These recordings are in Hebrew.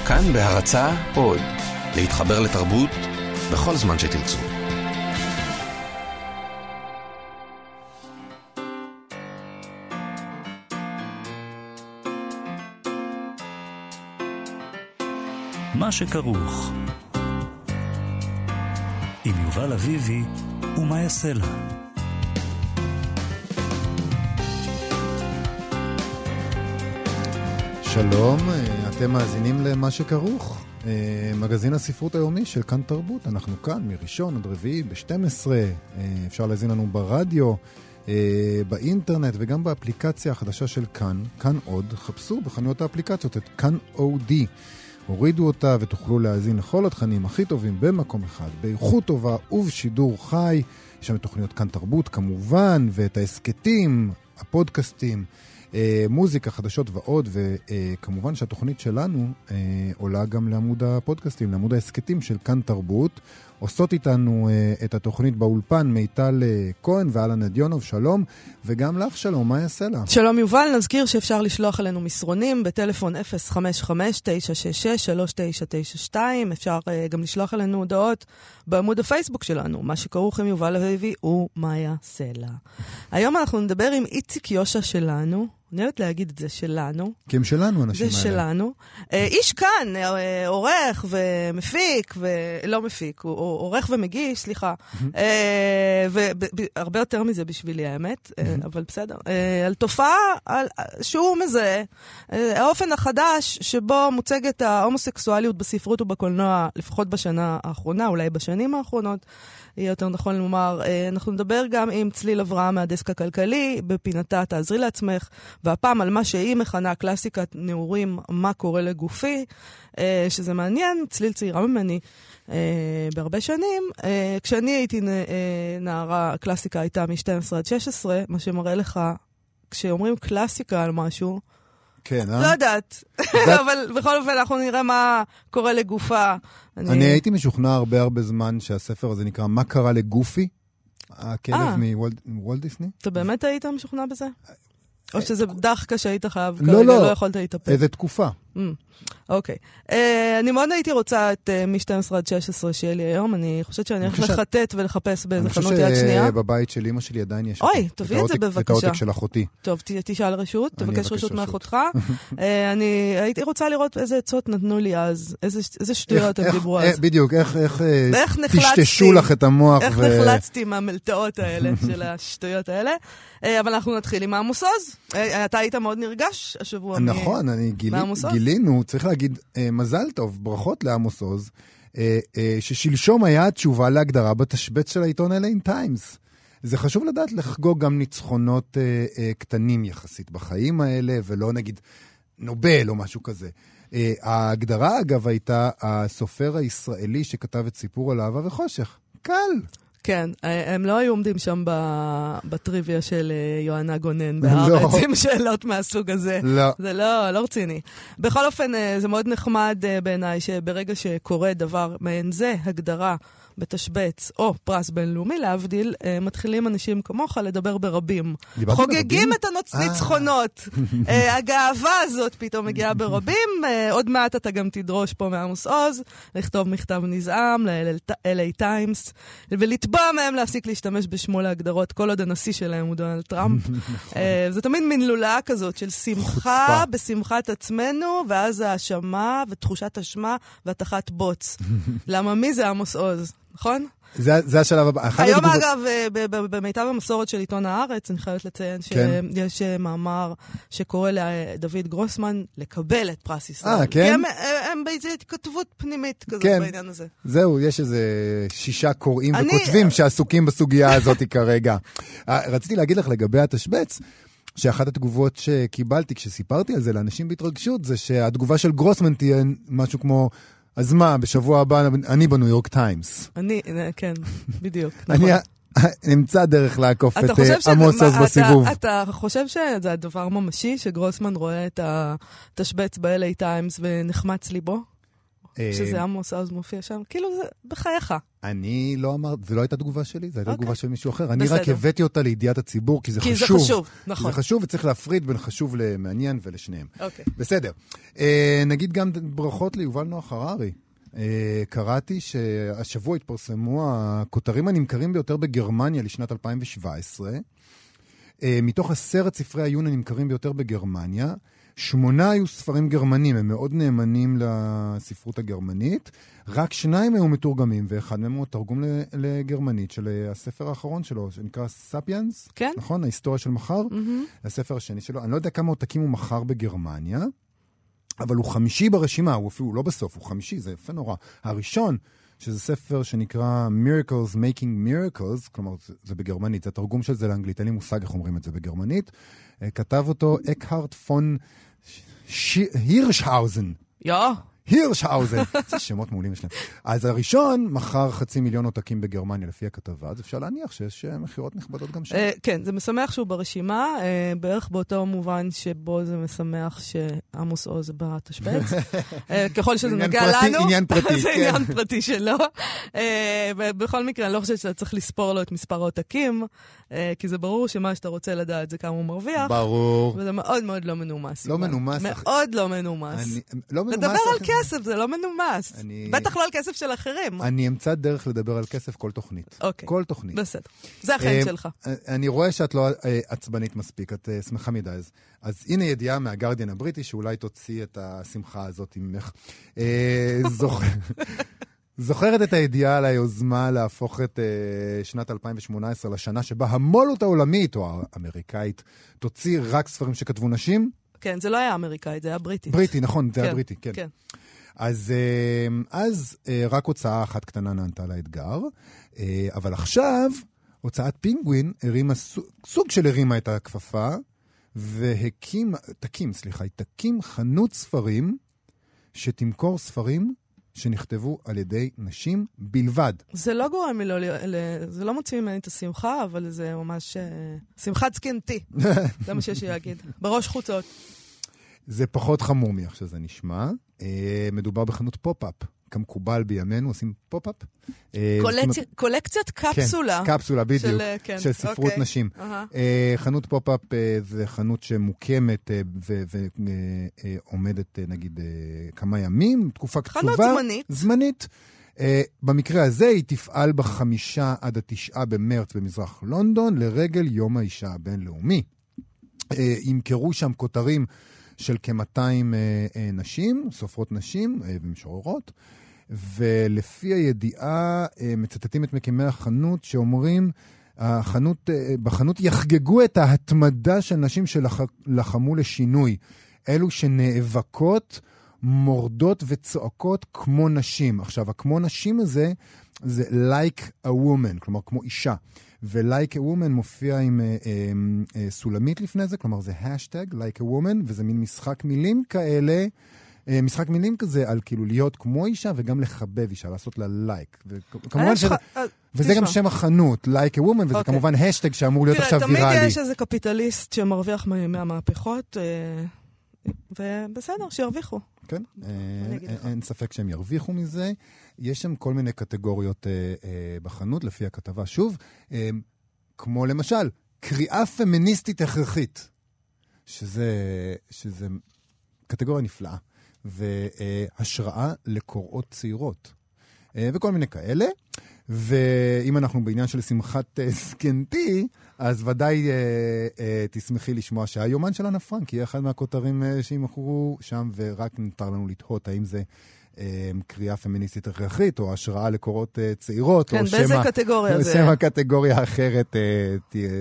כאן בהרצאה עוד, להתחבר לתרבות בכל זמן שתרצו. מה שכרוך עם יובל אביבי ומה יעשה לה. שלום, אתם מאזינים למה שכרוך, מגזין הספרות היומי של כאן תרבות. אנחנו כאן מראשון עד רביעי ב-12, אפשר להזין לנו ברדיו, באינטרנט וגם באפליקציה החדשה של כאן, כאן עוד. חפשו בחנויות האפליקציות את כאן אודי, הורידו אותה ותוכלו להאזין לכל התכנים הכי טובים במקום אחד, באיכות טובה ובשידור חי. יש שם תוכניות כאן תרבות כמובן, ואת העסקטים, הפודקאסטים, מוזיקה, חדשות ועוד, וכמובן שהתוכנית שלנו עולה גם לעמוד הפודקאסטים, לעמוד העסקטים של כאן תרבות. עושות איתנו את התוכנית באולפן מיטל כהן ואלן אדיונוב, שלום, וגם לך שלום, מה יעשה לה? שלום יובל, נזכיר שאפשר לשלוח אלינו מסרונים בטלפון 055-966-3992, אפשר גם לשלוח אלינו הודעות בעמוד הפייסבוק שלנו, מה שכרוך עם יובל אביבי ומה יעשה לה. היום אנחנו נדבר עם איציק יושע שלנו, אני אוהבת להגיד את זה שלנו. כי הם שלנו, אנשים האלה. זה שלנו. איש כאן, עורך ומפיק, לא מפיק, הוא עורך ומגיש, סליחה. והרבה יותר מזה בשבילי, האמת, אבל בסדר. על תופעה שהוא מזהה, האופן החדש שבו מוצגת ההומוסקסואליות בספרות ובקולנוע, לפחות בשנה האחרונה, אולי בשנים האחרונות, יהיה יותר נכון לומר, אנחנו נדבר גם עם צליל אברהם מהדסק הכלכלי, בפינתה תעזרי לעצמך, והפעם על מה שהיא מכנה קלאסיקת נעורים, מה קורה לגופי, שזה מעניין, צליל צעירה ממני בהרבה שנים. כשאני הייתי נערה, הקלאסיקה הייתה מ-12 עד 16, מה שמראה לך, כשאומרים קלאסיקה על משהו, כן, לא יודעת, אבל בכל אופן אנחנו נראה מה קורה לגופה. אני הייתי משוכנע הרבה זמן שהספר הזה נקרא מה קרה לגופי, הכלב מוולט דיסני. אתה באמת היית משוכנע בזה? או שזה דחקה שהיית חייב, לא יכולת להתאפק? איזה תקופה. אוקיי. אני מאוד הייתי רוצה את מ-12 עד 16 שיהיה לי היום. אני חושבת שאני הולך לחטט ולחפש באיזה חנות יד שנייה. אני חושב שבבית של אמא שלי עדיין יש אוי, תביא את זה בבקשה. את העותק של אחותי. טוב, תשאל רשות, תבקש רשות מאחותך. אני הייתי רוצה לראות איזה עצות נתנו לי אז, איזה שטויות הם דיברו אז. בדיוק, איך תשתשו לך את המוח. איך נחלצתי מהמלטאות האלה של השטויות האלה. אבל אנחנו נתחיל עם עמוס עוז. אתה היית מאוד נרגש השבוע נכון, גילינו, צריך להגיד מזל טוב, ברכות לעמוס עוז, ששלשום היה התשובה להגדרה בתשבץ של העיתון LA Times. זה חשוב לדעת לחגוג גם ניצחונות קטנים יחסית בחיים האלה, ולא נגיד נובל או משהו כזה. ההגדרה אגב הייתה הסופר הישראלי שכתב את סיפור על אהבה וחושך. קל. כן, הם לא היו עומדים שם בטריוויה של יואנה גונן בארץ עם שאלות מהסוג הזה. לא. זה לא רציני. בכל אופן, זה מאוד נחמד בעיניי שברגע שקורה דבר מעין זה, הגדרה בתשבץ או פרס בינלאומי להבדיל, מתחילים אנשים כמוך לדבר ברבים. חוגגים את הניצחונות. הגאווה הזאת פתאום מגיעה ברבים. עוד מעט אתה גם תדרוש פה מעמוס עוז, לכתוב מכתב נזעם ל-LA Times, ולתבע מהם להפסיק להשתמש בשמו להגדרות, כל עוד הנשיא שלהם הוא דונלד טראמפ. זה תמיד מין לולאה כזאת של שמחה בשמחת עצמנו, ואז האשמה ותחושת אשמה והתחת בוץ. למה מי זה עמוס עוז? נכון? זה השלב הבא. היום אגב, במיטב המסורת של עיתון הארץ, אני חייבת לציין שיש מאמר שקורא לדוד גרוסמן לקבל את פרס ישראל. כן? כי הם באיזו התכתבות פנימית כזאת בעניין הזה. זהו, יש איזה 6 קוראים וכותבים שעסוקים בסוגיה הזאת כרגע. רציתי להגיד לך לגבי התשבץ, שאחת התגובות שקיבלתי כשסיפרתי על זה לאנשים בהתרגשות, זה שהתגובה של גרוסמן תהיה משהו כמו, אז מה, בשבוע הבא אני בניו יורק טיימס. כן, בדיוק. אני נמצא דרך לעקוף את עמוס עוז בסיבוב. אתה חושב שזה הדבר ממשי, שגרוסמן רואה את התשבץ ב-LA טיימס ונחמץ ליבו? שזה עמוס עוז מופיע שם, כאילו זה בחייך. אני לא אמרתי, זה לא הייתה תגובה שלי, זה הייתה תגובה של מישהו אחר. אני בסדר. רק הבאתי אותה לידיעת הציבור, כי זה חשוב. כי זה חשוב, נכון. כי זה חשוב וצריך להפריד בין חשוב למעניין ולשניהם. אוקיי. בסדר. נגיד גם ברכות ליובל נוח הררי. קראתי שהשבוע התפרסמו הכותרים הנמכרים ביותר בגרמניה לשנת 2017. מתוך 10 ספרי העיון הנמכרים ביותר בגרמניה, 8 היו ספרים גרמנים, הם מאוד נאמנים לספרות הגרמנית, רק 2 היו מתורגמים, ואחד מהם הוא תרגום לגרמנית של הספר האחרון שלו, שנקרא ספיאנס, כן? נכון? ההיסטוריה של מחר, הספר השני שלו. אני לא יודע כמה עותקים הוא מחר בגרמניה, אבל הוא 5 ברשימה, הוא אפילו לא בסוף, הוא 5, זה יפה נורא. הראשון, שזה ספר שנקרא Miracles Making Miracles, כלומר זה בגרמנית, זה תרגום של זה לאנגלית, אין לי מושג איך אומרים את זה בגרמנית, כתב אותו אקהרט פון הירשהאוזן. הירשהאוזן. זה שמות מעולים יש להם. אז הראשון מכר 500,000 עותקים בגרמניה לפי הכתבה, אז אפשר להניח שיש מחירות נכבדות גם שם. כן, זה משמח שהוא ברשימה, בערך באותו מובן שבו זה משמח שעמוס עוז בתשבץ. ככל שזה נוגע לנו, עניין פרטי, זה עניין פרטי שלו. בכל מקרה, אני לא חושבת שאתה צריך לספור לו את מספר העותקים, כי זה ברור שמה שאתה רוצה לדעת זה כמה הוא מרוויח. ברור. וזה מאוד מאוד לא מנומס. לא מנומס. מאוד לא מנומס. לדבר על כסף, זה לא מנומס. בטח לא על כסף של אחרים. אני אמצא דרך לדבר על כסף כל תוכנית. כל תוכנית. בסדר. זה החיים שלך. אני רואה שאת לא עצבנית מספיק, את שמחה מדי. אז הנה ידיעה מהגרדיאן הבריטי, שאולי תוציא את השמחה הזאת ממך. זוכרת את הידיעה על היוזמה להפוך את שנת 2018 לשנה שבה המו"לות העולמית, או האמריקאית, תוציא רק ספרים שכתבו נשים? כן, זה לא היה אמריקאית, זה היה בריטי. בריטי, נכון, זה היה בריטי, כן. כן. אז רק הוצאה אחת קטנה נענתה לאתגר, אבל עכשיו הוצאת פינגווין סוג של הרימה את הכפפה, תקים חנות ספרים שתמכור ספרים שנכתבו על ידי נשים בלבד. זה לא גורם לי, זה לא מוציא ממני את השמחה, אבל זה ממש שמחת זקנתי. זה מה שיש לי להגיד. בראש חוצות. זה פחות חמור מאיך שזה נשמע. מדובר בחנות פופ-אפ. כמקובל בימינו, עושים פופ-אפ. קולקציית קפסולה. כן, קפסולה, בדיוק. של ספרות נשים. חנות פופ-אפ זה חנות שמוקמת ועומדת נגיד כמה ימים, תקופה קצובה. חנות זמנית. זמנית. במקרה הזה היא תפעל ב5 עד 9 במרץ במזרח לונדון, לרגל יום האישה הבינלאומי. ימכרו שם כותרים של כ-200 נשים, סופרות נשים ומשוררות, ולפי הידיעה מצטטים את מקימי החנות שאומרים, בחנות יחגגו את ההתמדה של נשים שלחמו לשינוי, אלו שנאבקות, מורדות וצועקות כמו נשים. עכשיו, כמו נשים הזה, זה like a woman, כלומר כמו אישה. ו-like a woman מופיע עם סולמית לפני זה, כלומר זה hashtag like a woman, וזה מין משחק מילים כאלה, משחק מילים כזה על כאילו להיות כמו אישה וגם לחבב אישה, לעשות לה like. וכמובן וזה גם שם החנות, like a woman, וזה כמובן hashtag שאמור להיות עכשיו ויראלי. תמיד יש איזה קפיטליסט שמרוויח מהמהפכות, ובסדר, שירוויחו. כן, אין ספק שהם ירוויחו מזה. יש שם כל מיני קטגוריות בחנות, לפי הכתבה. שוב, כמו למשל, קריאה פמיניסטית הכרחית, שזה קטגוריה נפלאה, והשראה לקוראות צעירות, וכל מיני כאלה. ואם אנחנו בעניין של שמחת זקנתי, אז ודאי תשמחי לשמוע שהיומן של אנה פרנק יהיה אחד מהכותרים שימכרו שם, ורק נותר לנו לתהות האם זה קריאה פמיניסטית הכרחית, או השראה לקורות צעירות, כן, או באיזה קטגוריה זה? שמה קטגוריה אחרת תהיה.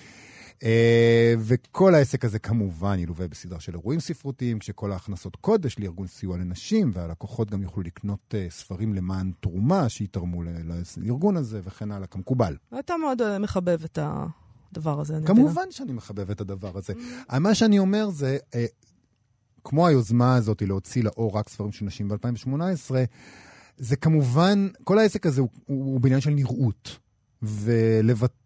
וכל העסק הזה כמובן ילווה בסדרה של אירועים ספרותיים, כשכל ההכנסות קודש לארגון סיוע לנשים, והלקוחות גם יוכלו לקנות ספרים למען תרומה שיתרמו לארגון הזה, וכן הלאה, כמקובל. אתה מאוד מחבב את הדבר הזה. כמובן שאני מחבב את הדבר הזה. מה שאני אומר זה, כמו היוזמה הזאת להוציא לאור רק ספרים של נשים ב-2018, זה כמובן, כל העסק הזה הוא בעניין של נראות,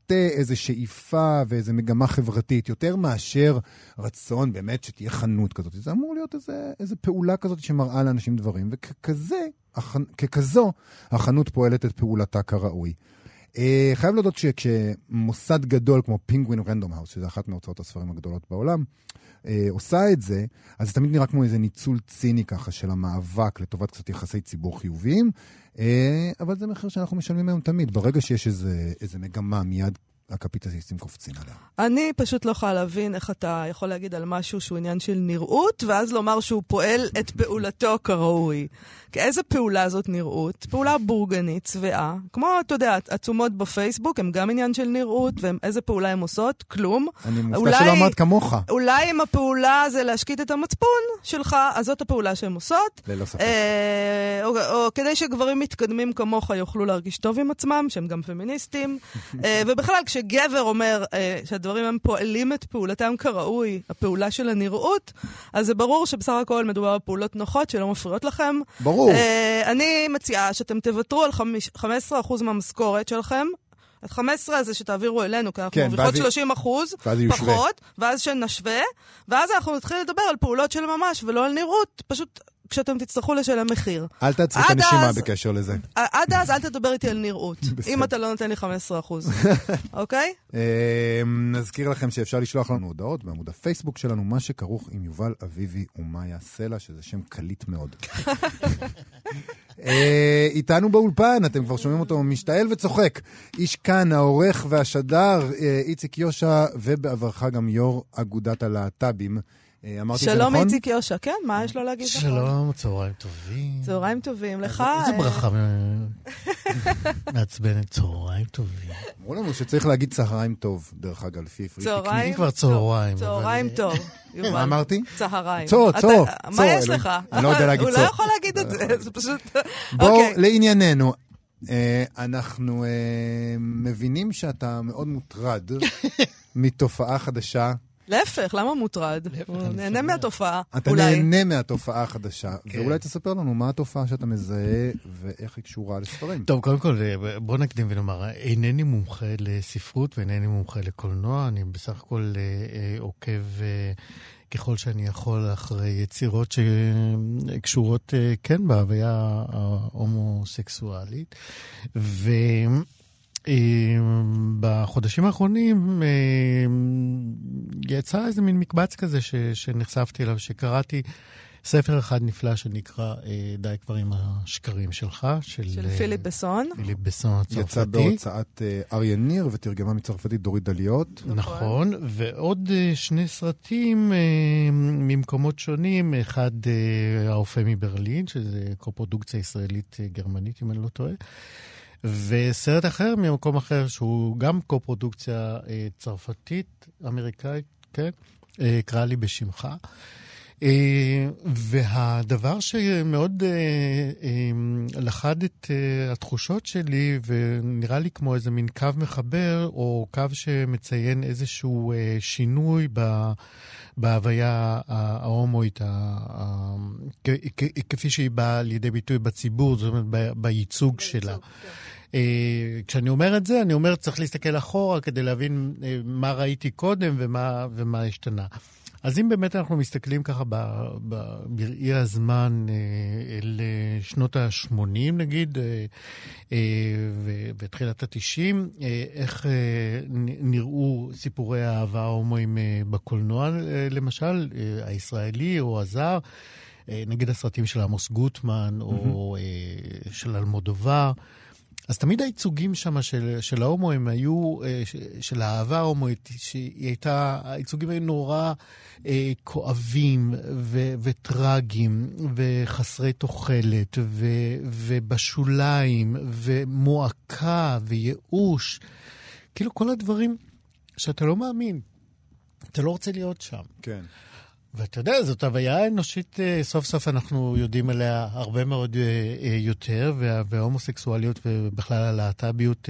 מבטא איזו שאיפה ואיזו מגמה חברתית, יותר מאשר רצון באמת שתהיה חנות כזאת. זה אמור להיות איזו פעולה כזאת שמראה לאנשים דברים, וככזו החנות פועלת את פעולתה כראוי. חייב להודות שכשמוסד גדול כמו פינגווין רנדום האוס, שזה אחת מהוצאות הספרים הגדולות בעולם, עושה את זה, אז זה תמיד נראה כמו איזה ניצול ציני ככה של המאבק לטובת קצת יחסי ציבור חיוביים, אבל זה מחיר שאנחנו משלמים היום תמיד. ברגע שיש איזה מגמה, מיד הקפיטליסטים קופצים עליה. אני פשוט לא יכולה להבין איך אתה יכול להגיד על משהו שהוא עניין של נראות, ואז לומר שהוא פועל את פעולתו כראוי. כי איזה פעולה זאת נראות? פעולה בורגנית, צבעה. כמו, אתה יודע, עצומות בפייסבוק, הם גם עניין של נראות, ואיזה פעולה הם עושות? כלום. אני מופתע שלא עמד כמוך. אולי אם הפעולה זה להשקיט את המצפון שלך, אז זאת הפעולה שהם עושות. ללא ספק. או כדי שגברים מתקדמים כמוך יוכלו להרגיש טוב עם עצמם, שהם גם פמיניסטים. ובכלל, כשגבר אומר שהדברים הם פועלים את פעולתם כראוי, הפעולה של הנראות, אז זה ברור שבסך הכל מדובר בפעולות נוחות שלא מפריעות לכם. ברור. אני מציעה שאתם תוותרו על 15% מהמשכורת שלכם, את 15 הזה שתעבירו אלינו, כי אנחנו מרוויחות 30% פחות, ואז שנשווה, ואז אנחנו נתחיל לדבר על פעולות של ממש, ולא על נראות, פשוט כשאתם תצטרכו לשלם מחיר. אל תעצרי את הנשימה בקשר לזה. עד אז אל תדבר איתי על נראות, אם אתה לא נותן לי 15%. אוקיי? נזכיר לכם שאפשר לשלוח לנו הודעות בעמוד הפייסבוק שלנו, מה שכרוך עם יובל אביבי ומאיה סלע, שזה שם קליט מאוד. איתנו באולפן, אתם כבר שומעים אותו משתעל וצוחק. איש כאן, העורך והשדר, איציק יושע, ובעברך גם יו"ר אגודת הלהט"בים. שלום איציק יושע, כן? מה יש לו להגיד לך? שלום, צהריים טובים. צהריים טובים, לך... איזה ברכה מעצבנת, צהריים טובים. אמרו לנו שצריך להגיד צהריים טוב, דרך אגב, לפי פריטי. צהריים כבר צהריים. צהריים טוב. מה אמרתי? צהריים. צו. מה יש לך? אני לא יודע להגיד צו. הוא לא יכול להגיד את זה, זה פשוט... בואו לענייננו. אנחנו מבינים שאתה מאוד מוטרד מתופעה חדשה. להפך, למה מוטרד? הוא נהנה מהתופעה. אתה נהנה מהתופעה החדשה, ואולי תספר לנו מה התופעה שאתה מזהה ואיך היא קשורה לספרים. טוב, קודם כל, בוא נקדים ונאמר, אינני מומחה לספרות ואינני מומחה לקולנוע, אני בסך הכל עוקב ככל שאני יכול אחרי יצירות שקשורות כן בהוויה ההומוסקסואלית, בחודשים האחרונים יצא איזה מין מקבץ כזה שנחשפתי אליו, שקראתי ספר אחד נפלא שנקרא די כבר עם השקרים שלך, של פיליפ בסון. פיליפ בסון הצרפתי. יצא בהוצאת אריה ניר ותרגמה מצרפתית דורית דליות. נכון, ועוד שני סרטים ממקומות שונים, אחד האופה מברלין, שזה קופרודוקציה ישראלית גרמנית אם אני לא טועה, וסרט אחר ממקום אחר, שהוא גם קופרודוקציה צרפתית, אמריקאית, כן? קרא לי בשמך. והדבר שמאוד לחד את התחושות שלי, ונראה לי כמו איזה מין קו מחבר, או קו שמציין איזשהו שינוי בהוויה ההומואית, כפי שהיא באה לידי ביטוי בציבור, זאת אומרת, בייצוג שלה. כשאני אומר את זה, אני אומר, צריך להסתכל אחורה כדי להבין מה ראיתי קודם ומה השתנה. אז אם באמת אנחנו מסתכלים ככה בראי הזמן לשנות ה-80 נגיד, ותחילת ה-90, איך נראו סיפורי האהבה ההומואים בקולנוע, למשל, הישראלי או הזר, נגיד הסרטים של עמוס גוטמן או של אלמודובר, אז תמיד הייצוגים שם של ההומואים היו, של האהבה ההומואית, שהיא הייתה, הייצוגים היו נורא כואבים וטרגיים וחסרי תוחלת ובשוליים ומועקה וייאוש. כאילו כל הדברים שאתה לא מאמין, אתה לא רוצה להיות שם. כן. ואתה יודע, זאת הוויה אנושית, סוף סוף אנחנו יודעים עליה הרבה מאוד יותר, וההומוסקסואליות ובכלל הלהט"ביות,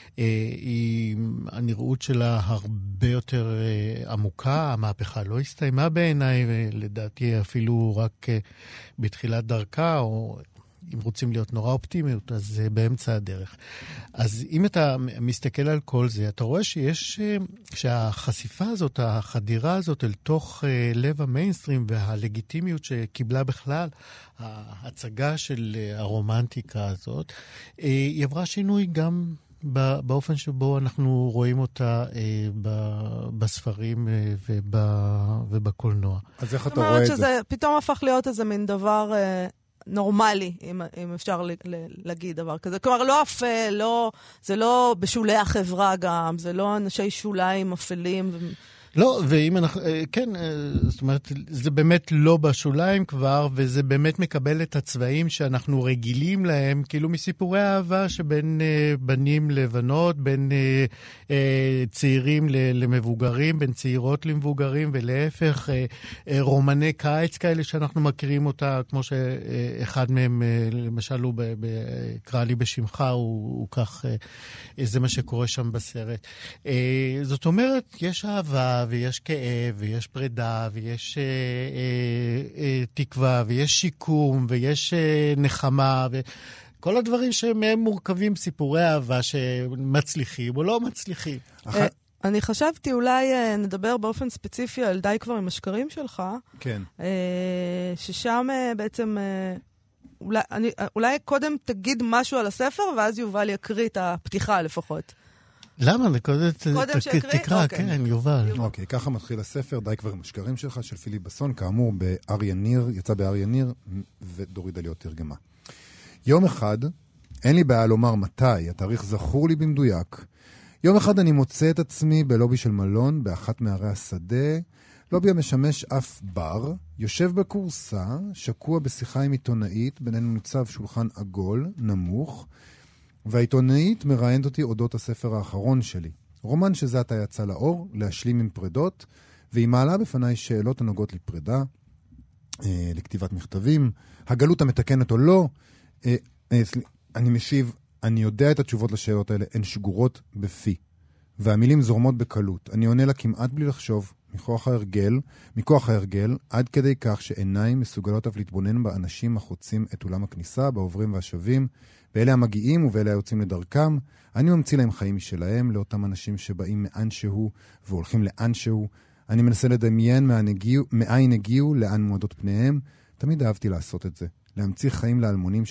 הנראות שלה הרבה יותר עמוקה, המהפכה לא הסתיימה בעיניי, ולדעתי אפילו רק בתחילת דרכה, או אם רוצים להיות נורא אופטימיות, אז זה באמצע הדרך. אז אם אתה מסתכל על כל זה, אתה רואה שהחשיפה הזאת, החדירה הזאת אל תוך לב המיינסטרים והלגיטימיות שקיבלה בכלל, ההצגה של הרומנטיקה הזאת, היא עברה שינוי גם באופן שבו אנחנו רואים אותה בספרים ובקולנוע. אז איך אתה רואה את זה? שזה פתאום הפך להיות איזה מין דבר נורמלי, אם אפשר להגיד דבר כזה. כלומר, לא אפל, זה לא בשולי החברה גם, זה לא אנשי שוליים אפלים. לא, ואם אנחנו, כן, זאת אומרת, זה באמת לא בשוליים כבר, וזה באמת מקבל את הצבעים שאנחנו רגילים להם, כאילו מסיפורי אהבה שבין בנים לבנות, בין צעירים למבוגרים, בין צעירות למבוגרים, ולהפך, רומני קיץ כאלה שאנחנו מכירים אותה, כמו שאחד מהם, למשל, הוא קרא לי בשמך, הוא כך, זה מה שקורה שם בסרט. זאת אומרת, יש אהבה, ויש כאב, ויש פרידה, ויש תקווה, ויש שיקום, ויש נחמה, וכל הדברים שמהם מורכבים סיפורי אהבה שמצליחים או לא מצליחים. אני חשבתי אולי נדבר באופן ספציפי על די כבר עם השקרים שלך. כן. ששם בעצם אולי קודם תגיד משהו על הספר, ואז יובל יקריא את הפתיחה לפחות. למה? קודם תקרא, כן, יובל. אוקיי, ככה מתחיל הספר, די כבר עם השקרים שלך, של פיליפ בסון, כאמור, באריה ניר, יצא באריה ניר, ודורית דליות תרגמה. יום אחד, אין לי בעיה לומר מתי, התאריך זכור לי במדויק. יום אחד אני מוצא את עצמי בלובי של מלון, באחת מערי השדה, לובי המשמש אף בר, יושב בקורסה, שקוע בשיחה עם עיתונאית, בינינו ניצב שולחן עגול, נמוך, והעיתונאית מראיינת אותי אודות הספר האחרון שלי. רומן שזה עתה יצא לאור, להשלים עם פרדות, והיא מעלה בפניי שאלות הנוגעות לפרידה, לכתיבת מכתבים, הגלות המתקנת או לא. אני משיב, אני יודע את התשובות לשאלות האלה, הן שגורות בפי, והמילים זורמות בקלות. אני עונה לה כמעט בלי לחשוב, מכוח ההרגל, עד כדי כך שעיניים מסוגלות אף להתבונן באנשים החוצים את אולם הכניסה, בעוברים והשבים, ואלה המגיעים ובאלה היוצאים לדרכם. אני ממציא להם חיים משלהם, לאותם אנשים שבאים מאן שהוא והולכים לאן שהוא. אני מנסה לדמיין מאין הגיעו, לאן מועדות פניהם. תמיד אהבתי לעשות את זה. להמציא חיים לאלמונים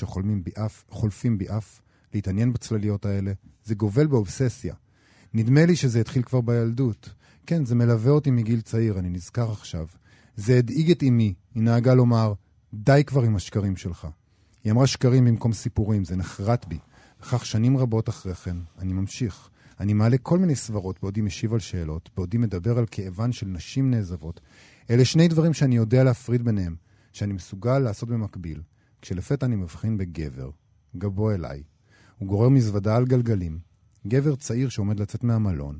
שחולפים באף, להתעניין בצלליות האלה. זה גובל באובססיה. נדמה לי שזה התחיל כבר בילדות. כן, זה מלווה אותי מגיל צעיר, אני נזכר עכשיו. זה הדאיג את אמי, היא נהגה לומר, די כבר עם השקרים שלך. היא אמרה שקרים במקום סיפורים, זה נחרט בי. וכך שנים רבות אחרי כן, אני ממשיך. אני מעלה כל מיני סברות, בעודי משיב על שאלות, בעודי מדבר על כאבן של נשים נעזבות. אלה שני דברים שאני יודע להפריד ביניהם, שאני מסוגל לעשות במקביל. כשלפתע אני מבחין בגבר, גבו אליי. הוא גורר מזוודה על גלגלים. גבר צעיר שעומד לצאת מהמלון.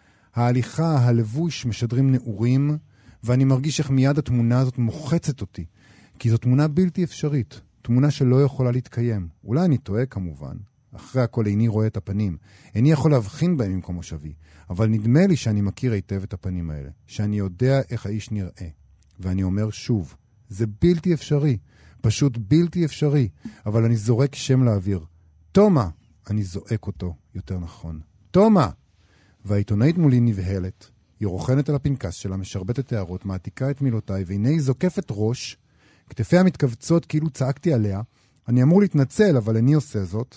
ההליכה, הלבוש משדרים נעורים, ואני מרגיש איך מיד התמונה הזאת מוחצת אותי. כי זו תמונה בלתי אפשרית. תמונה שלא יכולה להתקיים. אולי אני טועה כמובן. אחרי הכל איני רואה את הפנים. איני יכול להבחין בהם במקום מושבי. אבל נדמה לי שאני מכיר היטב את הפנים האלה. שאני יודע איך האיש נראה. ואני אומר שוב, זה בלתי אפשרי. פשוט בלתי אפשרי. אבל אני זורק שם לאוויר. תומה! אני זועק אותו, יותר נכון. תומה! והעיתונאית מולי נבהלת. היא רוחנת על הפנקס שלה, משרבטת הערות, מעתיקה את מילותיי, והנה היא זוקפת ראש, כתפיה מתכווצות כאילו צעקתי עליה. אני אמור להתנצל, אבל אני עושה זאת.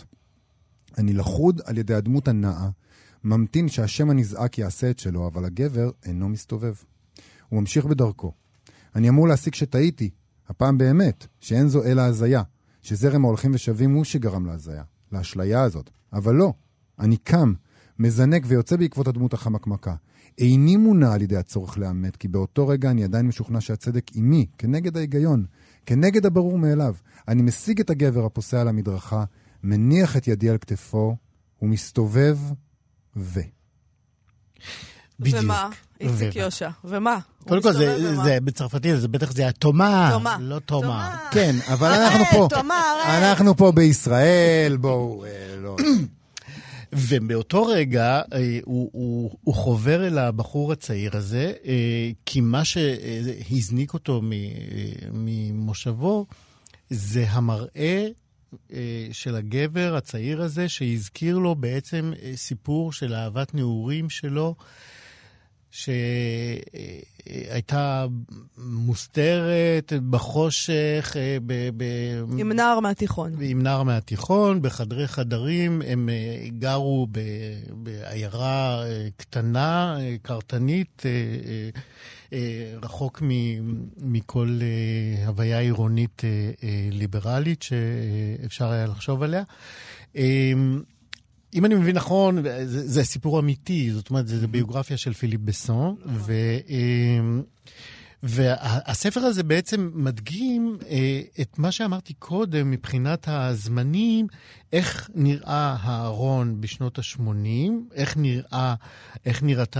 אני לחוד על ידי הדמות הנאה, ממתין שהשם הנזעק יעשה את שלו, אבל הגבר אינו מסתובב. הוא ממשיך בדרכו. אני אמור להסיק שטעיתי, הפעם באמת, שאין זו אלא הזיה, שזרם ההולכים ושבים הוא שגרם להזיה, לאשליה הזאת. אבל לא, אני קם, מזנק ויוצא בעקבות הדמות החמקמקה. איני מונע על ידי הצורך לאמת, כי באותו רגע אני עדיין משוכנע שהצדק עימי, כנגד ההיגיון, כנגד הברור מאליו. אני משיג את הגבר הפוסע על המדרכה, מניח את ידי על כתפו, ומסתובב ומה? איציק יושע. ומה? קודם כל זה בצרפתית, זה בטח זה היה תומה, לא תומה. כן, אבל אנחנו פה בישראל, בואו, לא. ובאותו רגע הוא חובר אל הבחור הצעיר הזה, כי מה שהזניק אותו ממושבו זה המראה של הגבר הצעיר הזה, שהזכיר לו בעצם סיפור של אהבת נעורים שלו, שהייתה מוסתרת בחושך, עם נער מהתיכון. עם נער מהתיכון, בחדרי חדרים. הם גרו בעיירה קטנה, קרטנית, רחוק מכל הוויה עירונית ליברלית שאפשר היה לחשוב עליה. אם אני מבין נכון, זה סיפור אמיתי, זאת אומרת, זה ביוגרפיה של פיליפ בסון, והספר הזה בעצם מדגים את מה שאמרתי קודם מבחינת הזמנים, איך נראה הארון בשנות ה-80, איך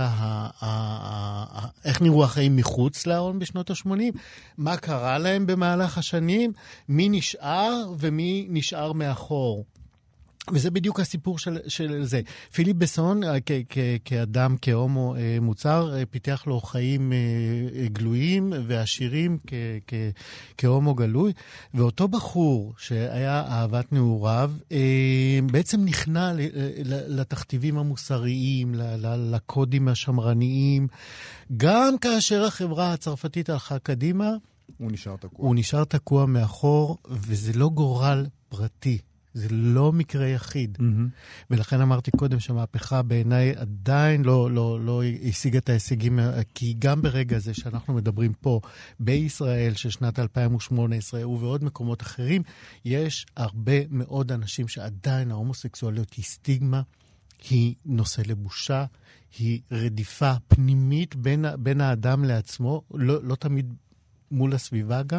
נראו החיים מחוץ לארון בשנות ה-80, מה קרה להם במהלך השנים, מי נשאר ומי נשאר מאחור. וזה בדיוק הסיפור של זה. פיליפ בסון, כאדם, כהומו מוצר, פיתח לו חיים גלויים ועשירים כהומו גלוי, ואותו בחור שהיה אהבת נעוריו, בעצם נכנע לתכתיבים המוסריים, לקודים השמרניים, גם כאשר החברה הצרפתית הלכה קדימה, הוא נשאר תקוע מאחור, וזה לא גורל פרטי. זה לא מקרה יחיד. ולכן אמרתי קודם שהמהפכה בעיניי עדיין לא השיגה את ההישגים, כי גם ברגע זה שאנחנו מדברים פה בישראל של שנת 2018 ובעוד מקומות אחרים, יש הרבה מאוד אנשים שעדיין ההומוסקסואליות היא סטיגמה, היא נושא לבושה, היא רדיפה פנימית בין האדם לעצמו, לא תמיד מול הסביבה גם.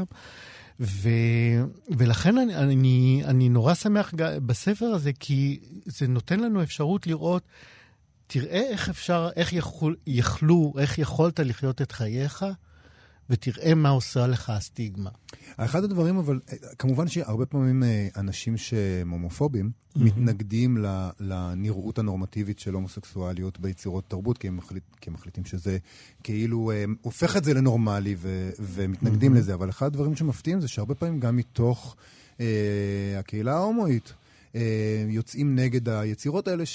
ולכן אני נורא שמח בספר הזה, כי זה נותן לנו אפשרות לראות, תראה איך יכולת לחיות את חייך, ותראה מה עושה לך הסטיגמה. אחד הדברים, אבל כמובן שהרבה פעמים אנשים שהם הומופובים מתנגדים לנראות הנורמטיבית של הומוסקסואליות ביצירות תרבות, כי הם מחליטים שזה כאילו הופך את זה לנורמלי ומתנגדים לזה. אבל אחד הדברים שמפתיעים זה שהרבה פעמים גם מתוך הקהילה ההומואית יוצאים נגד היצירות האלה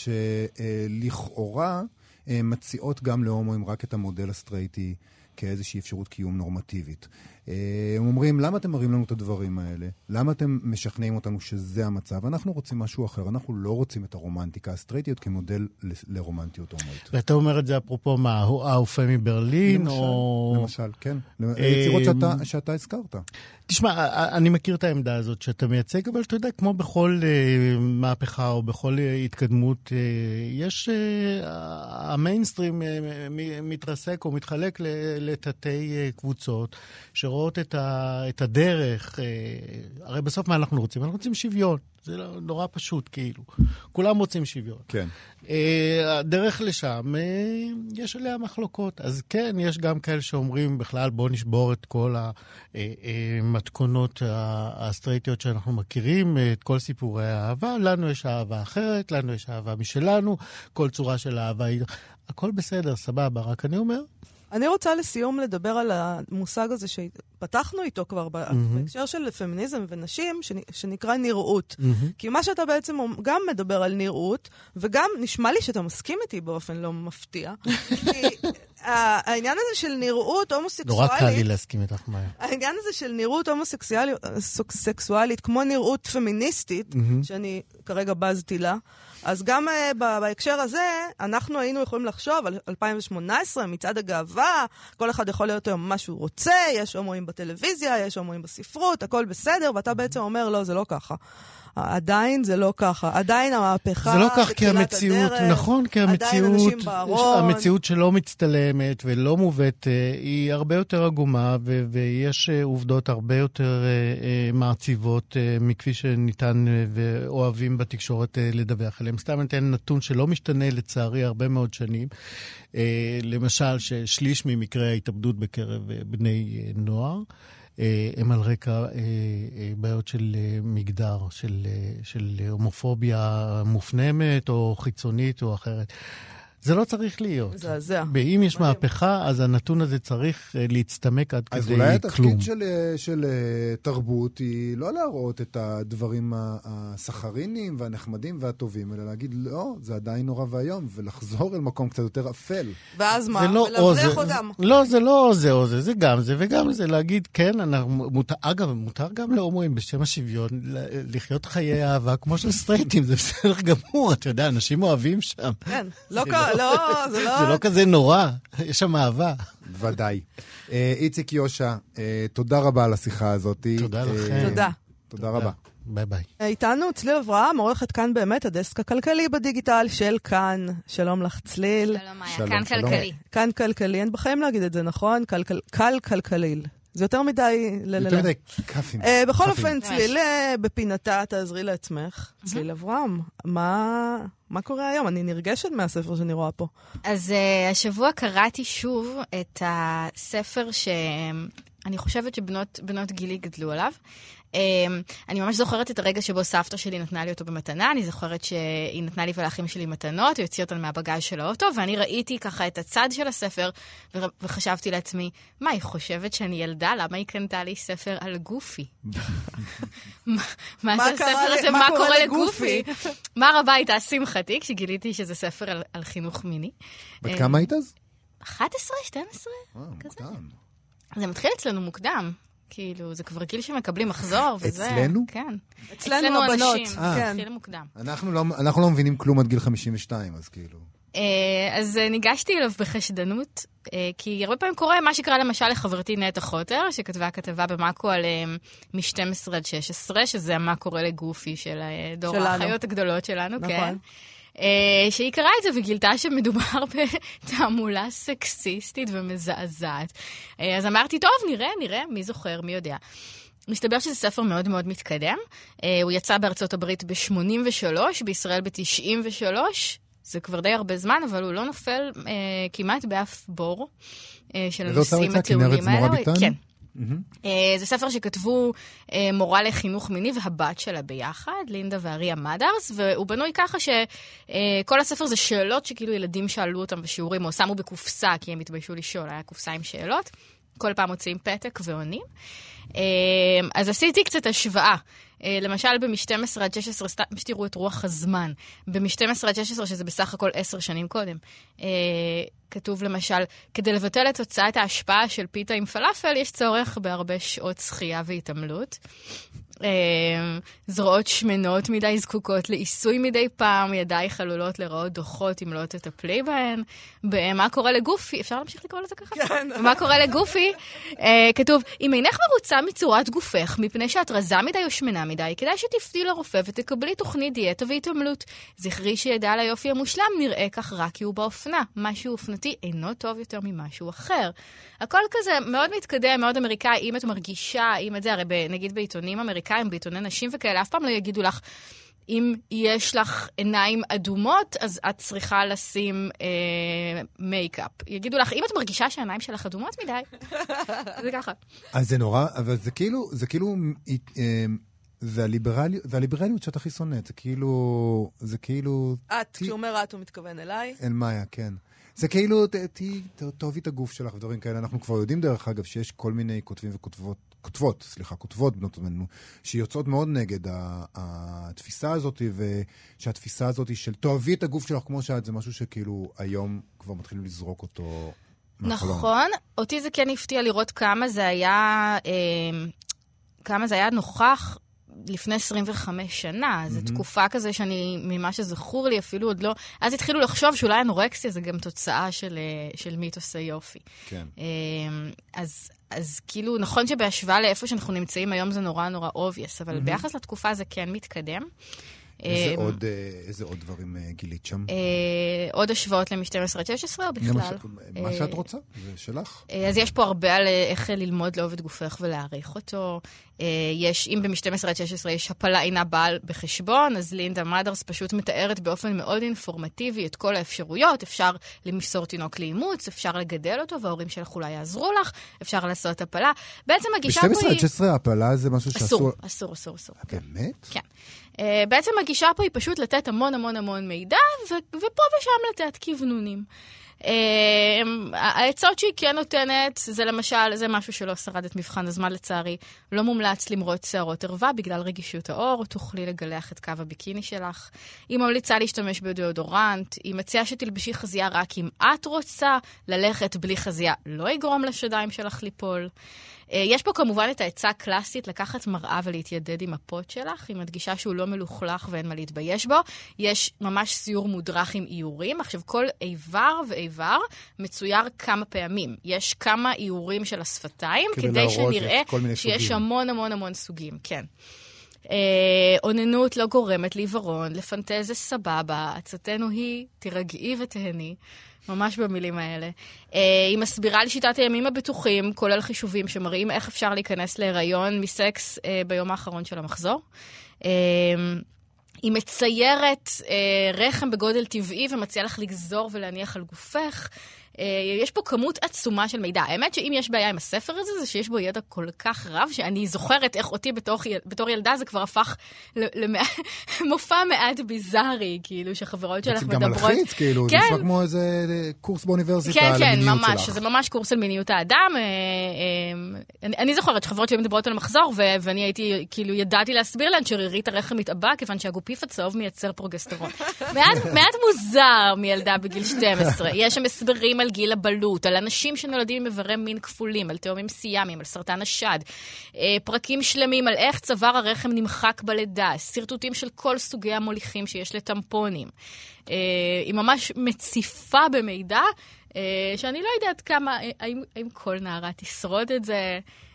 שלכאורה מציעות גם להומואים רק את המודל הסטרייטי כאיזושהי אפשרות קיום נורמטיבית. הם אומרים, למה אתם מראים לנו את הדברים האלה? למה אתם משכנעים אותנו שזה המצב? אנחנו רוצים משהו אחר, אנחנו לא רוצים את הרומנטיקה הסטרייטית כמודל לרומנטיות הומואית. ואתה אומר את זה אפרופו מה, האופה מברלין? למשל, כן. יצירות שאתה הזכרת. תשמע, אני מכיר את העמדה הזאת שאתה מייצג, אבל אתה יודע, כמו בכל מהפכה או בכל התקדמות, יש, המיינסטרים מתרסק או מתחלק לתתי קבוצות, שרואות את הדרך. הרי בסוף מה אנחנו רוצים? אנחנו רוצים שוויון. זה נורא פשוט, כאילו. כולם רוצים שוויון. כן. הדרך לשם, יש עליה מחלוקות. אז כן, יש גם כאלה שאומרים, בכלל, בוא נשבור את כל המתכונות הסטרייטיות שאנחנו מכירים, את כל סיפורי האהבה. לנו יש אהבה אחרת, לנו יש אהבה משלנו, כל צורה של אהבה. הכל בסדר, סבבה. רק אני אומר, אני רוצה לסיום לדבר על המושג הזה שפתחנו איתו כבר בהקשר של פמיניזם ונשים, שנקרא נראות. כי מה שאתה בעצם גם מדבר על נראות, וגם נשמע לי שאתה מסכים איתי באופן לא מפתיע. כי העניין הזה של נראות הומוסקסואלית... נורא קל לי להסכים איתך, מאיה. העניין הזה של נראות הומוסקסואלית, כמו נראות פמיניסטית, שאני כרגע בזתי לה, אז גם בהקשר הזה, אנחנו היינו יכולים לחשוב על 2018, מצעד הגאווה, כל אחד יכול להיות היום מה שהוא רוצה, יש הומואים בטלוויזיה, יש הומואים בספרות, הכל בסדר, ואתה בעצם אומר, לא, זה לא ככה. עדיין זה לא ככה. עדיין המהפכה, זה לא כך כי המציאות, נכון, כי המציאות שלא מצטלמת ולא מובאת, היא הרבה יותר עגומה, ויש עובדות הרבה יותר מעציבות מכפי שניתן ואוהבים בתקשורת לדווח עליהם. סתם ניתן נתון שלא משתנה לצערי הרבה מאוד שנים. למשל, ששליש ממקרי ההתאבדות בקרב בני נוער, הם על רקע בעיות של מגדר, של הומופוביה מופנמת או חיצונית או אחרת. זה לא צריך להיות. זה. ואם יש מהפכה, אז הנתון הזה צריך להצטמק עד כדי כלום. אז אולי התפקיד של תרבות היא לא להראות את הדברים הסחרינים והנחמדים והטובים, אלא להגיד, לא, זה עדיין נורא והיום, ולחזור אל מקום קצת יותר אפל. ואז מה? לא ולהבליח אותם. לא, זה לא זה או זה, זה גם זה וגם זה. להגיד, כן, אגב, מותר גם להומואים בשם השוויון, לחיות חיי אהבה, כמו של סטרייטים, זה בסדר גמור, אתה יודע, אנשים אוהבים שם. כן, זה לא כזה נורא, יש שם אהבה. ודאי. איציק יושע, תודה רבה על השיחה הזאת. תודה לכם. תודה רבה. ביי ביי. איתנו צליל אברהם, עורכת כאן באמת הדסק הכלכלי בדיגיטל של כאן. שלום לך צליל. שלום מאיה, כאן כלכלי. כאן כלכלי, אין בחיים להגיד את זה, נכון? קל כלכליל. זה יותר מדי יותר מדי קפים. בכל אופן, צליל בפינתה, תעזרי לעצמך. צליל אברהם, מה קורה היום? אני נרגשת מהספר שאני רואה פה. אז השבוע קראתי שוב את הספר שאני חושבת שבנות גילי גדלו עליו. אני ממש זוכרת את הרגע שבו סבתא שלי נתנה לי אותו במתנה, אני זוכרת שהיא נתנה לי ולאחים שלי מתנות, היא הוציאה אותן מהבגז של האוטו, ואני ראיתי ככה את הצד של הספר, וחשבתי לעצמי, מה, היא חושבת שאני ילדה? למה היא קנתה לי ספר על גופי? מה זה הספר הזה? מה קורה לגופי? מה רבה הייתה שמחתי, כשגיליתי שזה ספר על חינוך מיני. בת כמה היית אז? 11, 12, כזה. מוקדם. זה מתחיל אצלנו מוקדם. כאילו, זה כבר גיל שמקבלים מחזור, וזה... אצלנו? כן. אצלנו הבנות. כן. התחיל מוקדם. אנחנו לא מבינים כלום עד גיל 52, אז כאילו... אז ניגשתי אליו בחשדנות, כי הרבה פעמים קורה מה שקרה למשל לחברתי נטע חוטר, שכתבה כתבה במאקו על מ-12 עד 16, שזה מה קורה לגופי של דור האחיות הגדולות שלנו, כן. שהיא קראה את זה וגילתה שמדובר בתעמולה סקסיסטית ומזעזעת. אז אמרתי, טוב, נראה, מי זוכר, מי יודע. מסתבר שזה ספר מאוד מאוד מתקדם. הוא יצא בארצות הברית ב-83, בישראל ב-93. זה כבר די הרבה זמן, אבל הוא לא נופל כמעט באף בור של הנושאים הטעונים האלה. כן. זה ספר שכתבו מורה לחינוך מיני והבת שלה ביחד, לינדה ואריה מדרס, והוא בנוי ככה שכל הספר זה שאלות שכאילו ילדים שאלו אותם בשיעורים, או שמו בקופסה, כי הם התביישו לשאול, היה קופסה עם שאלות, כל פעם מוצאים פתק ועונים. אז עשיתי קצת השוואה. למשל, ב-12 עד 16, סתם שתראו את רוח הזמן, ב-12 עד 16, שזה בסך הכל 10 שנים קודם, כתוב למשל, כדי לבטל את תוצאת ההשפעה של פיתה עם פלאפל, יש צורך בהרבה שעות שחייה והתעמלות. זרועות שמנות מדי זקוקות לעיסוי מדי פעם, ידייך עלולות לראות דוחות אם לא תטפלי בהן. מה קורה לגופי? אפשר להמשיך לקרוא לזה ככה? כן. מה קורה לגופי? כתוב, אם אינך מרוצה מצורת גופך, מפני שאת רזה מדי או שמנה מדי, כדאי שתפתי לרופא ותקבלי תוכנית דיאטה והתעמלות. זכרי שידע על היופי המושלם נראה כך רק כי הוא באופנה. משהו אופנתי אינו טוב יותר ממשהו אחר. הכל כזה מאוד מתקדם, מאוד אמריקאי, אם את מרגישה, אם את זה, הרי נגיד בעיתונים אמריקאים, בעיתוני נשים וכאלה, אף פעם לא יגידו לך, אם יש לך עיניים אדומות, אז את צריכה לשים מייקאפ. יגידו לך, אם את מרגישה שהעיניים שלך אדומות מדי, זה ככה. אז זה נורא, אבל זה כאילו, זה הליברליות שאתה הכי שונאת, זה כאילו... את, כשהוא אומר את, הוא מתכוון אליי. אל מאיה, כן. זה כאילו, תאהבי את הגוף שלך ודברים כאלה. אנחנו כבר יודעים דרך אגב שיש כל מיני כותבים כותבות בנות זמננו, שיוצאות מאוד נגד התפיסה הזאת, ושהתפיסה הזאת של תאהבי את הגוף שלך כמו שאת, זה משהו שכאילו היום כבר מתחילים לזרוק אותו מהחלום. נכון, אותי זה כן הפתיע לראות כמה זה היה נוכח לפני 25 שנה. זו תקופה כזה שאני, ממה שזכור לי, אפילו עוד לא... אז התחילו לחשוב שאולי אנורקסיה זה גם תוצאה של מיתוס היופי. כן. אז כאילו, נכון שבהשוואה לאיפה שאנחנו נמצאים היום זה נורא נורא obvious, אבל ביחס לתקופה זה כן מתקדם. איזה עוד דברים גילית שם? עוד השוואות ל-12 עד 16 או בכלל? מה שאת רוצה, זה שלך. אז יש פה הרבה על איך ללמוד לאהוב את גופך ולהעריך אותו. אם ב-12 עד 16 יש הפלה אינה בעל בחשבון, אז לינדה מאדרס פשוט מתארת באופן מאוד אינפורמטיבי את כל האפשרויות. אפשר למסור תינוק לאימוץ, אפשר לגדל אותו, וההורים שלך אולי יעזרו לך, אפשר לעשות הפלה. בעצם הגישה פה היא... ב-12 עד 16 הפלה זה משהו שאסור... אסור. באמת? כן. בעצם הגישה פה היא פשוט לתת המון מידע, ופה ושם לתת כיוונונים. העצות שהיא כן נותנת, זה למשל, זה משהו שלא שרד את מבחן הזמן לצערי, לא מומלץ למרות שערות ערווה בגלל רגישות האור, תוכלי לגלח את קו הביקיני שלך. היא ממליצה להשתמש בדאודורנט, היא מציעה שתלבשי חזייה רק אם את רוצה, ללכת בלי חזייה לא יגרום לשדיים שלך ליפול. יש פה כמובן את העצה הקלאסית לקחת מראה ולהתיידד עם הפוט שלך, היא מדגישה שהוא לא מלוכלך ואין מה להתבייש בו. יש ממש סיור מודרך עם איורים. עכשיו, כל איבר ואיבר מצויר כמה פעמים. יש כמה איורים של השפתיים, כדי שנראה שיש המון סוגים. כן. עוננות לא גורמת לעיוורון, לפנטזיה סבבה, עצתנו היא תירגעי ותהני. ממש במילים האלה. היא מסבירה לשיטת הימים הבטוחים, כולל חישובים שמראים איך אפשר להיכנס להיריון מסקס ביום האחרון של המחזור. היא מציירת רחם בגודל טבעי ומציעה לך לגזור ולהניח על גופך. יש פה כמות עצומה של מידע. האמת שאם יש בעיה עם הספר הזה, זה שיש בו ידע כל כך רב, שאני זוכרת איך אותי בתור ילדה זה כבר הפך למופע מעט ביזארי, כאילו, שחברות שלך מדברות. גם מלחיץ, כאילו, זה נשמע כמו איזה קורס באוניברסיטה על המיניות שלך. כן, ממש, זה ממש קורס על מיניות האדם. אני זוכרת שחברות שלי מדברות על מחזור, ואני הייתי, כאילו, ידעתי להסביר להן שרירית הרחם מתאבק, כיוון שהגופיף הצהוב מייצר פרוגסטרון. מעט מוזר מילדה בגיל 12. יש שם הסברים על גיל הבלות, על אנשים שנולדים עם איברי מין כפולים, על תאומים סיאמיים, על סרטן השד, פרקים שלמים על איך צוואר הרחם נמחק בלידה, סרטוטים של כל סוגי המוליכים שיש לטמפונים. היא ממש מציפה במידע, שאני לא יודעת כמה, האם כל נערה תשרוד את זה,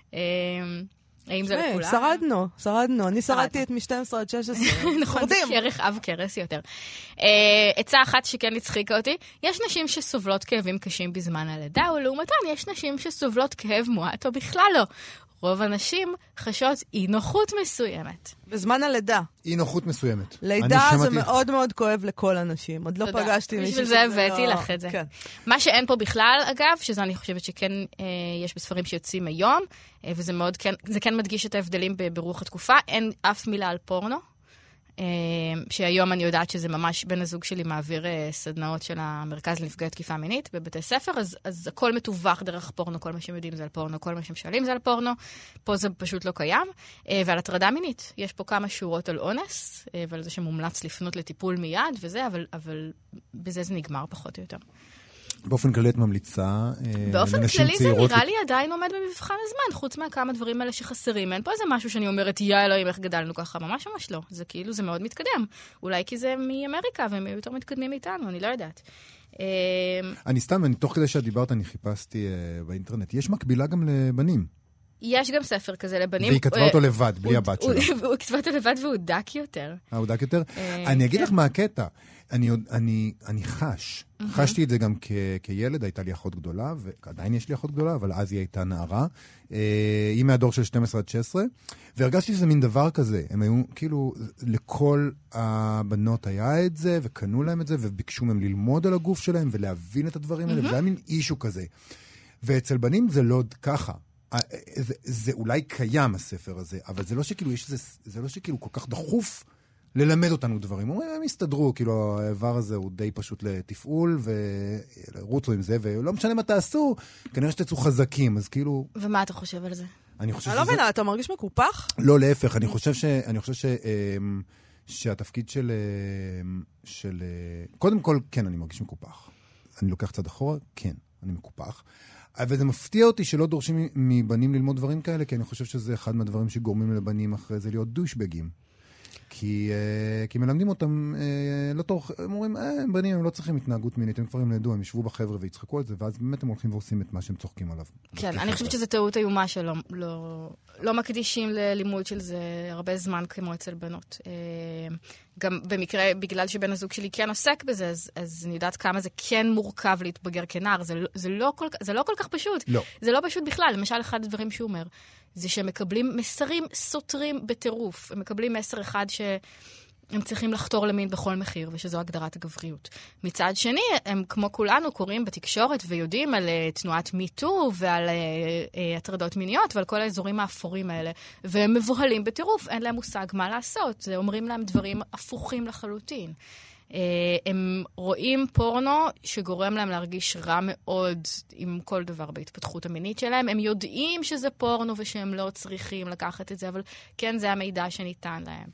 האם זה לכולם? שרדנו. אני שרדתי את מ-12 עד 16. נכון, זה קרח אב קרס יותר. עצה אחת שכן הצחיקה אותי, יש נשים שסובלות כאבים קשים בזמן הלידה, ולעומתן יש נשים שסובלות כאב מועט או בכלל לא. רוב הנשים חשות אי נוחות מסוימת. בזמן הלידה. אי נוחות מסוימת. לידה זה מאוד מאוד כואב לכל אנשים. עוד לא פגשתי מישהו. בשביל זה הבאתי לך את זה. מה שאין פה בכלל, אגב, שזה אני חושבת שכן יש בספרים שיוצאים היום, וזה מאוד, זה כן מדגיש את ההבדלים ברוח התקופה. אין אף מילה על פורנו. שהיום אני יודעת שזה ממש בן הזוג שלי מעביר סדנאות של המרכז לנפגעי תקיפה מינית בבתי ספר, אז הכל מתווך דרך פורנו, כל מה שהם יודעים זה על פורנו, כל מה שהם שואלים זה על פורנו, פה זה פשוט לא קיים, ועל הטרדה מינית, יש פה כמה שורות על אונס, ועל זה שמומלץ לפנות לטיפול מיד וזה, אבל בזה זה נגמר פחות או יותר. באופן כללי את ממליצה באופן כללי זה נראה לי עדיין עומד במבחן הזמן, חוץ מהכמה דברים האלה שחסרים. אין פה איזה משהו שאני אומרת, יא אלוהים, איך גדלנו ככה, ממש לא. זה כאילו, זה מאוד מתקדם. אולי כי זה מאמריקה, והם יותר מתקדמים איתנו, אני לא יודעת. אני תוך כדי שאת דיברת, אני חיפשתי באינטרנט. יש מקבילה גם לבנים. יש גם ספר כזה לבנים. והיא כתבה אותו לבד, בלי הבת שלה. הוא כתבה אותו לבד והוא דק יותר. הוא דק יותר? אני אגיד לך מה הקטע. אני חשתי את זה גם כילד, הייתה לי אחות גדולה, ועדיין יש לי אחות גדולה, אבל אז היא הייתה נערה. היא מהדור של 12 עד 16, והרגשתי שזה מין דבר כזה. הם היו, כאילו, לכל הבנות היה את זה, וקנו להם את זה, וביקשו מהם ללמוד על הגוף שלהם, ולהבין את הדברים האלה, וזה היה מין אישו כזה. ואצל בנים זה לא ככה. זה אולי קיים הספר הזה, אבל זה לא שכאילו זה לא שכאילו כל כך דחוף ללמד אותנו דברים. הם הסתדרו, כאילו העבר הזה הוא די פשוט לתפעול, ולרוצו עם זה, ולא משנה מה תעשו, כנראה שתצאו חזקים, אז כאילו... ומה אתה חושב על זה? אני חושב לא מבינה, אתה מרגיש מקופח? לא, להפך, אני חושב שהתפקיד של... קודם כל, כן, אני מרגיש מקופח. אני לוקח צד אחורה, כן, אני מקופח. אבל זה מפתיע אותי שלא דורשים מבנים ללמוד דברים כאלה, כי אני חושב שזה אחד מהדברים שגורמים לבנים אחרי זה להיות דושבגים. כי מלמדים אותם לא תוך, הם אומרים, בנים הם לא צריכים התנהגות מינית, הם כבר ילמדו, הם ישבו בחבר'ה ויצחקו את זה, ואז באמת הם הולכים ועושים את מה שהם צוחקים עליו. כן, אני חושבת שזו טעות איומה שלא מקדישים ללימוד של זה הרבה זמן כמו אצל בנות. גם במקרה, בגלל שבן הזוג שלי כן עוסק בזה, אז אני יודעת כמה זה כן מורכב להתבגר כנער. זה לא כל כך פשוט. לא. זה לא פשוט בכלל. למשל, אחד הדברים שהוא אומר, זה שהם מקבלים מסרים סותרים בטירוף. הם מקבלים מסר אחד הם צריכים לחתור למין בכל מחיר, ושזו הגדרת הגבריות. מצד שני, הם כמו כולנו קוראים בתקשורת ויודעים על תנועת מיטו ועל הטרדות מיניות ועל כל האזורים האפורים האלה, והם מבוהלים בטירוף, אין להם מושג מה לעשות. זה אומרים להם דברים הפוכים לחלוטין. הם רואים פורנו שגורם להם להרגיש רע מאוד עם כל דבר בהתפתחות המינית שלהם. הם יודעים שזה פורנו ושהם לא צריכים לקחת את זה, אבל כן, זה המידע שניתן להם.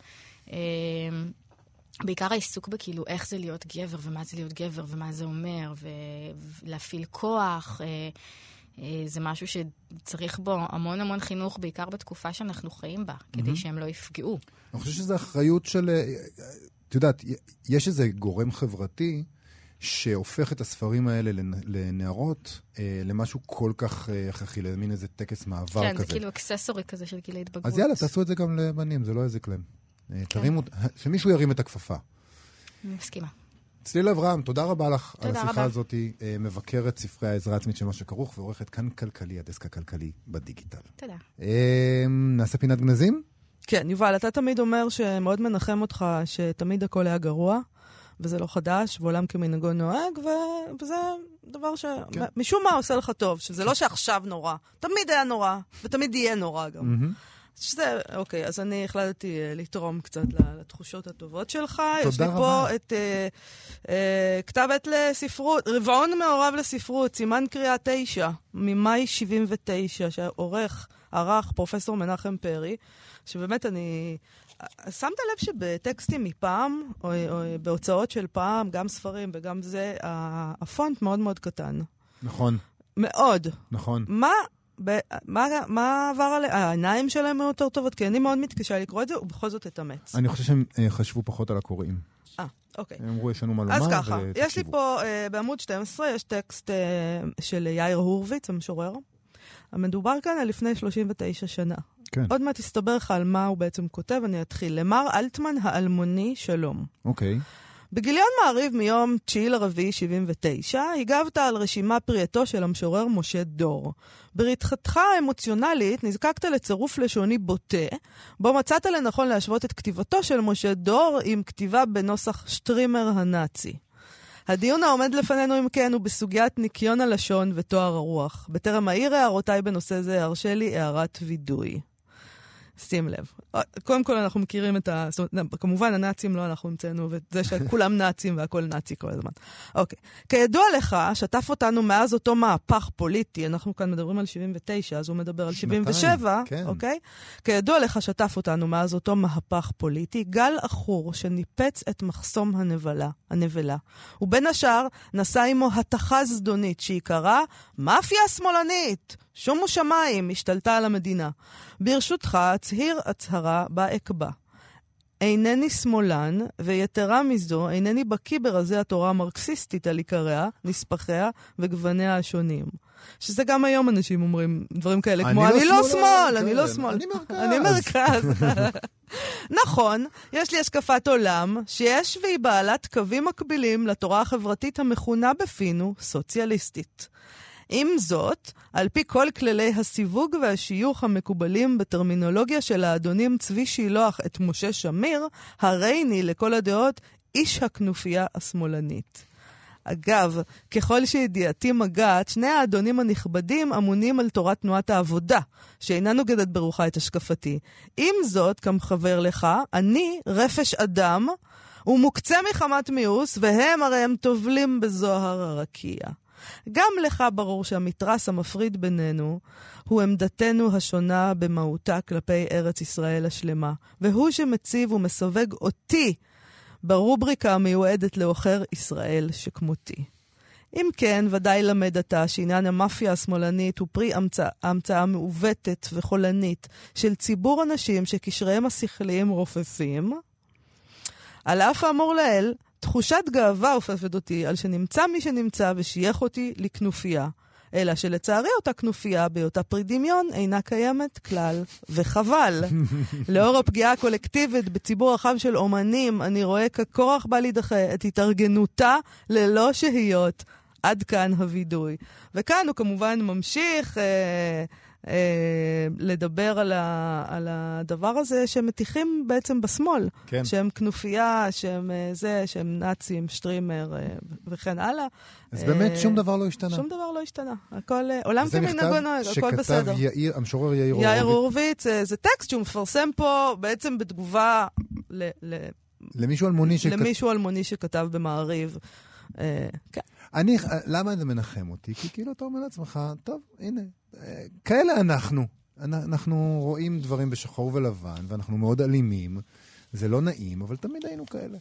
בעיקר העיסוק בכאילו איך זה להיות גבר ומה זה להיות גבר ומה זה אומר ולהפעיל כוח, זה משהו שצריך בו המון המון חינוך, בעיקר בתקופה שאנחנו חיים בה, כדי שהם לא יפגעו. אני חושב שזו אחריות של, את יודעת, יש איזה גורם חברתי שהופך את הספרים האלה לנערות למשהו כל כך הכרחי, למין איזה טקס מעבר כזה. כן, זה כאילו אקססורי כזה של גילי התבגרות. אז יאללה, תעשו את זה גם לבנים, זה לא איזה כלם. שמישהו ירים את הכפפה. אני מסכימה. צליל אברהם, תודה רבה לך על השיחה הזאת. מבקרת ספרי העזרה העצמית של מה שכרוך, ועורכת כאן כלכלי, הדסק הכלכלי בדיגיטל. תודה. נעשה פינת גנזים? כן, יובל, אתה תמיד אומר שמאוד מנחם אותך שתמיד הכל היה גרוע, וזה לא חדש, ועולם כמנהגו נוהג, וזה דבר שמשום מה עושה לך טוב, שזה לא שעכשיו נורא, תמיד היה נורא, ותמיד יהיה נורא גם. שזה, אוקיי, אז אני החלטתי לתרום קצת לתחושות הטובות שלך. יש לי פה את כתב עת לספרות, רבעון מעורב לספרות, סימן קריאה 9, ממאי 79, ערך פרופסור מנחם פרי, שבאמת אני שמת לב שבטקסטים מפעם, או בהוצאות של פעם, גם ספרים וגם זה, הפונט מאוד מאוד קטן. נכון. מאוד. נכון. מה עבר עליה? העיניים שלהם מאוד יותר טובות, כי אני מאוד מתקשה לקרוא את זה, ובכל זאת אתאמץ. אני חושב שהם חשבו פחות על הקוראים. אוקיי. הם אמרו, יש לנו מה לומר. אז ככה, יש לי פה בעמוד 12, יש טקסט של יאיר הורוביץ, המשורר. המדובר כאן על לפני 39 שנה. כן. עוד מעט תסתבר לך על מה הוא בעצם כותב, אני אתחיל. למר אלטמן האלמוני, שלום. אוקיי. בגיליון מעריב מיום 9/4/79, הגבת על רשימה פרייתו של המשורר משה דור. ברתחתך האמוציונלית נזקקת לצירוף לשוני בוטה, בו מצאת לנכון להשוות את כתיבתו של משה דור עם כתיבה בנוסח שטרימר הנאצי. הדיון העומד לפנינו אם כן הוא בסוגיית ניקיון הלשון ותואר הרוח. בטרם העיר הערותיי בנושא זה, הרשה לי הערת וידוי. שים לב. קודם כל אנחנו מכירים כמובן הנאצים לא אנחנו המצאנו, וזה שכולם נאצים והכל נאצי כל הזמן. אוקיי. כידוע לך, שטף אותנו מאז אותו מהפך פוליטי, אנחנו כאן מדברים על 79, אז הוא מדבר על 77, כן. אוקיי? כידוע לך, שטף אותנו מאז אותו מהפך פוליטי, גל אחור שניפץ את מחסום הנבלה. ובין השאר, נשא עמו התחה זדונית שעיקרה מאפיה שמאלנית. שומו שמיים, השתלטה על המדינה. ברשותך, הצהיר הצהרה בה אקבע. אינני שמאלן, ויתרה מזו, אינני בקיא ברזי התורה המרקסיסטית על עיקריה, נספחיה וגווניה השונים. שזה גם היום אנשים אומרים דברים כאלה, כמו אני לא שמאל, אני לא שמאל. אני מרכז. נכון, יש לי השקפת עולם, שיש והיא בעלת קווים מקבילים לתורה החברתית המכונה בפינו סוציאליסטית. עם זאת, על פי כל כללי הסיווג והשיוך המקובלים בטרמינולוגיה של האדונים צבי שילוח את משה שמיר, הרייני לכל הדעות איש הכנופיה השמאלנית. אגב, ככל שידיעתי מגעת, שני האדונים הנכבדים אמונים על תורת תנועת העבודה, שאינה נוגדת ברוחה את השקפתי. עם זאת, כמחבר לך, אני רפש אדם, ומוקצה מחמת מיאוס, והם הרי הם טובלים בזוהר הרקיע. גם לך ברור שהמתרס המפריד בינינו הוא עמדתנו השונה במהותה כלפי ארץ ישראל השלמה, והוא שמציב ומסווג אותי ברובריקה המיועדת לאוחר ישראל שכמותי. אם כן, ודאי למד אתה שעניין המאפיה השמאלנית הוא פרי המצאה מעוותת וחולנית של ציבור אנשים שקשריהם השכליים רופפים. על אף האמור לאל, תחושת גאווה הופפת אותי על שנמצא מי שנמצא ושייך אותי לכנופיה. אלא שלצערי אותה כנופיה באותה פרי דמיון אינה קיימת כלל, וחבל. לאור הפגיעה הקולקטיבית בציבור רחב של אומנים, אני רואה ככורח בא להידחה את התארגנותה ללא שהיות. עד כאן הוידוי. וכאן הוא כמובן ממשיך לדבר על הדבר הזה שהם מתיחים בעצם בשמאל. כן. שהם כנופיה, שהם נאצים, שטרימר וכן הלאה. אז באמת שום דבר לא השתנה. שום דבר לא השתנה. הכל, עולם כמנהגו נוהג, הכל בסדר. זה מכתב המשורר יאיר הורוביץ, זה טקסט שהוא מפרסם פה בעצם בתגובה למישהו אלמוני שכתב במעריב. כן. למה זה מנחם אותי? כי כאילו אתה אומר לעצמך, טוב, הנה, כאלה אנחנו רואים דברים בשחור ולבן, ואנחנו מאוד אלימים, זה לא נעים, אבל תמיד היינו כאלה.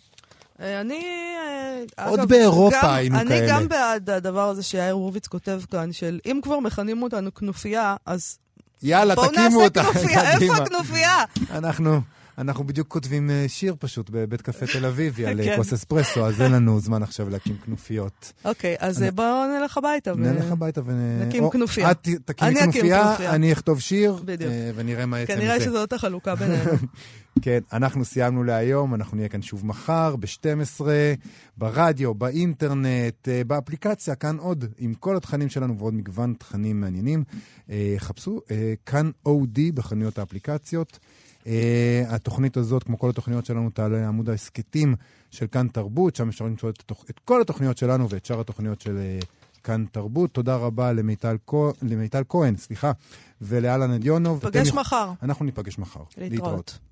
עוד באירופה היינו כאלה. אני גם בעד הדבר הזה שיאיר הורוביץ כותב כאן, של אם כבר מכנים אותנו כנופיה, אז יאללה, תקימו אותה. בואו נעשה כנופיה, איפה הכנופיה? אנחנו בדיוק כותבים שיר פשוט בבית קפה תל אביבי על כוס אספרסו, אז אין לנו זמן עכשיו להקים כנופיות. אוקיי, אז בואו נלך הביתה. נלך הביתה נקים כנופיה. את תקימי כנופיה, אני אכתוב שיר, ונראה מה יצא מזה. כנראה שזאת החלוקה בינינו. כן, אנחנו סיימנו להיום, אנחנו נהיה כאן שוב מחר, ב-12, ברדיו, באינטרנט, באפליקציה, כאן עוד, עם כל התכנים שלנו ועוד מגוון תכנים מעניינים. חפשו כאן אודי בחנויות האפליקציות. התוכנית הזאת, כמו כל התוכניות שלנו, תעלה עמוד העסקתים של כאן תרבות, שם אפשר למצוא את כל התוכניות שלנו ואת שאר התוכניות של כאן תרבות. תודה רבה למיטל כהן, ולאלן אדיונוב. נפגש מחר. אנחנו ניפגש מחר. להתראות.